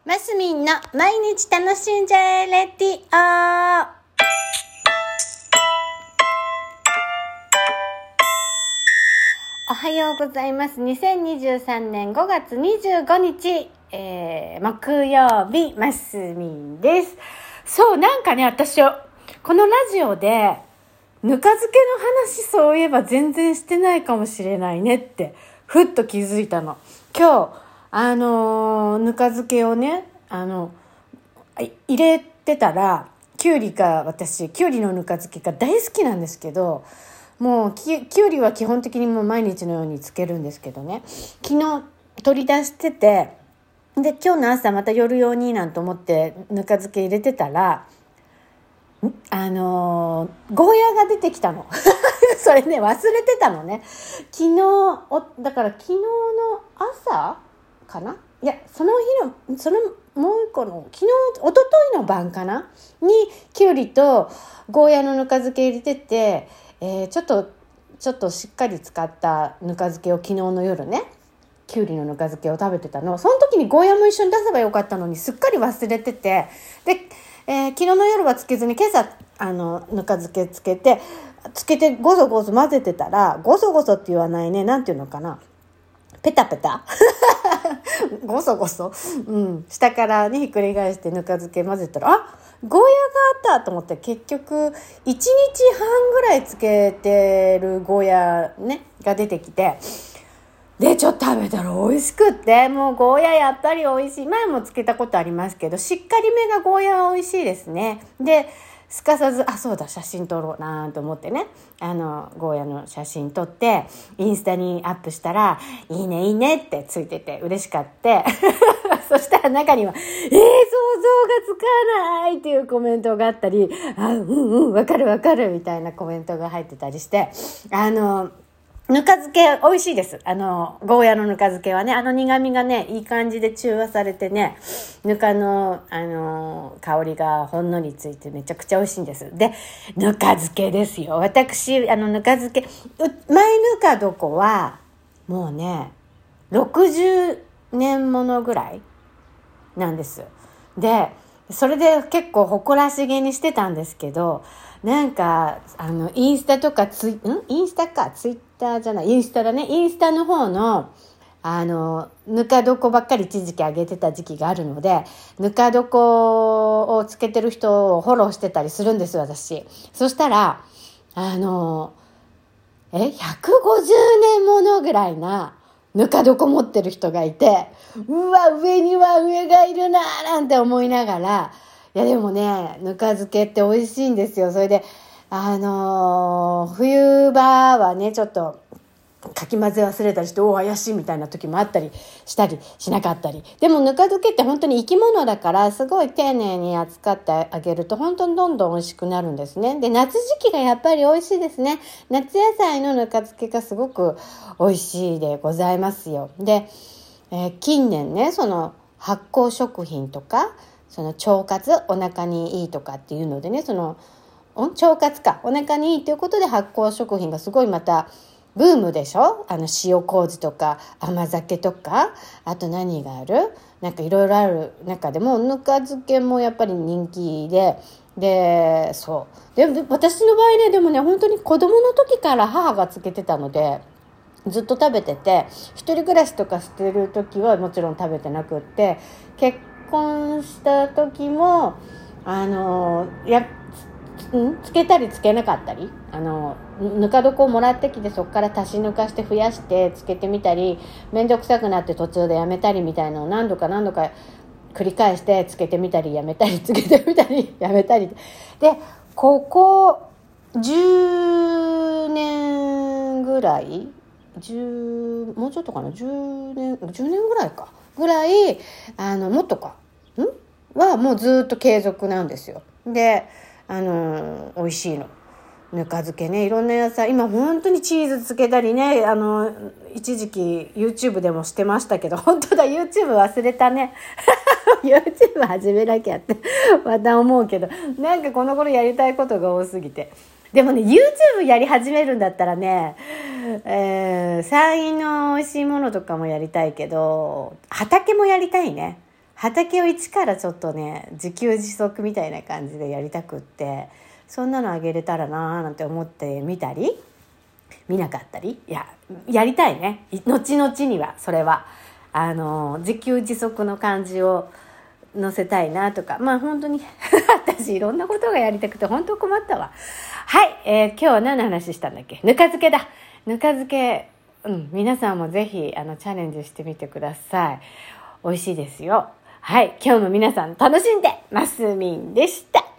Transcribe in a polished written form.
マスミンの毎日楽しんじゃえレディオ。おはようございます。2023年5月25日、木曜日、マスミンです。そう、なんかね、私このラジオでぬか漬けの話、そういえば全然してないかもしれないねってふっと気づいたの。今日ぬか漬けをね入れてたら、私キュウリのぬか漬けが大好きなんですけど、もうキュウリは基本的にもう毎日のように漬けるんですけどね、昨日取り出してて、で今日の朝また夜用になんと思ってぬか漬け入れてたら、ゴーヤが出てきたのそれね、忘れてたのね。だから昨日の朝かな、いやその日のもう一個の一昨日の晩かなにきゅうりとゴーヤのぬか漬け入れてて、ちょっとしっかり使ったぬか漬けを昨日の夜ね、きゅうりのぬか漬けを食べてたの。その時にゴーヤも一緒に出せばよかったのにすっかり忘れてて、で、昨日の夜はつけずに今朝ぬか漬けつけてゴソゴソ混ぜてたら、ゴソゴソって言わないね、なんていうのかな、ペタペタゴソゴソ、下からねひっくり返してぬか漬け混ぜたら、ゴーヤがあったと思って、結局1日半ぐらいつけてるゴーヤねが出てきて、でちょっと食べたら美味しくって、もうゴーヤやっぱり美味しい。前もつけたことありますけど、しっかりめがゴーヤは美味しいですね。ですかさずそうだ、写真撮ろうなと思ってね、ゴーヤの写真撮ってインスタにアップしたら、いいねいいねってついてて嬉しかったそしたら中には想像がつかないっていうコメントがあったり、わかるわかるみたいなコメントが入ってたりして、ぬか漬け美味しいです。ゴーヤのぬか漬けはね、苦味がねいい感じで中和されてね、ぬかの香りがほんのりついてめちゃくちゃ美味しいんです。で、ぬか漬けですよ。私ぬか漬け前ぬか床はもうね60年ものぐらいなんです。でそれで結構誇らしげにしてたんですけど、なんかインスタとかツイッターじゃない、インスタだね、インスタの方のぬか床ばっかり一時期上げてた時期があるので、ぬか床をつけてる人をフォローしてたりするんです私。そしたら150年ものぐらいなぬか床持ってる人がいて、上には上がいるなーなんて思いながら、いやでもね、ぬか漬けって美味しいんですよ。それで冬場はねちょっとかき混ぜ忘れたりして怪しいみたいな時もあったりしたりしなかったり。でもぬか漬けって本当に生き物だから、すごい丁寧に扱ってあげると本当にどんどん美味しくなるんですね。で、夏時期がやっぱり美味しいですね。夏野菜のぬか漬けがすごく美味しいでございますよ。で、近年ね、その発酵食品とかその腸活、お腹にいいとかっていうのでね、腸活か、お腹にいいということで発酵食品がすごいまたブームでしょ。塩麹とか甘酒とか、あと何がある、なんかいろいろある中でもぬか漬けもやっぱり人気で、そうで私の場合ね、でもね本当に子供の時から母が漬けてたのでずっと食べてて、一人暮らしとかしてる時はもちろん食べてなくって、結婚した時もつけたりつけなかったり、ぬか床をもらってきてそこから足しぬかして増やしてつけてみたり、めんどくさくなって途中でやめたりみたいなのを何度か繰り返してつけてみたりやめたりつけてみたりやめたりで、ここ10年ぐらいもうちょっとかな、10年ぐらいかぐらいもっとかはもうずっと継続なんですよ。で美味しいのぬか漬けね、いろんな野菜、今本当にチーズつけたりね、一時期 YouTube でもしてましたけど、本当だ YouTube 忘れたねYouTube 始めなきゃってまた思うけど、なんかこの頃やりたいことが多すぎて。でもね YouTube やり始めるんだったらね、山陰の美味しいものとかもやりたいけど、畑もやりたいね。 畑を一からちょっとね自給自足みたいな感じでやりたくって、そんなのあげれたらなーなんて思ってみたり見なかったり、やりたいね、後々には。それは自給自足の感じを載せたいなとか、本当に私いろんなことがやりたくて本当困ったわ。はい、今日は何の話したんだっけ。ぬか漬けだ。ぬか漬け、皆さんもぜひチャレンジしてみてください。美味しいですよ。はい、今日も皆さん楽しんでますみんでした。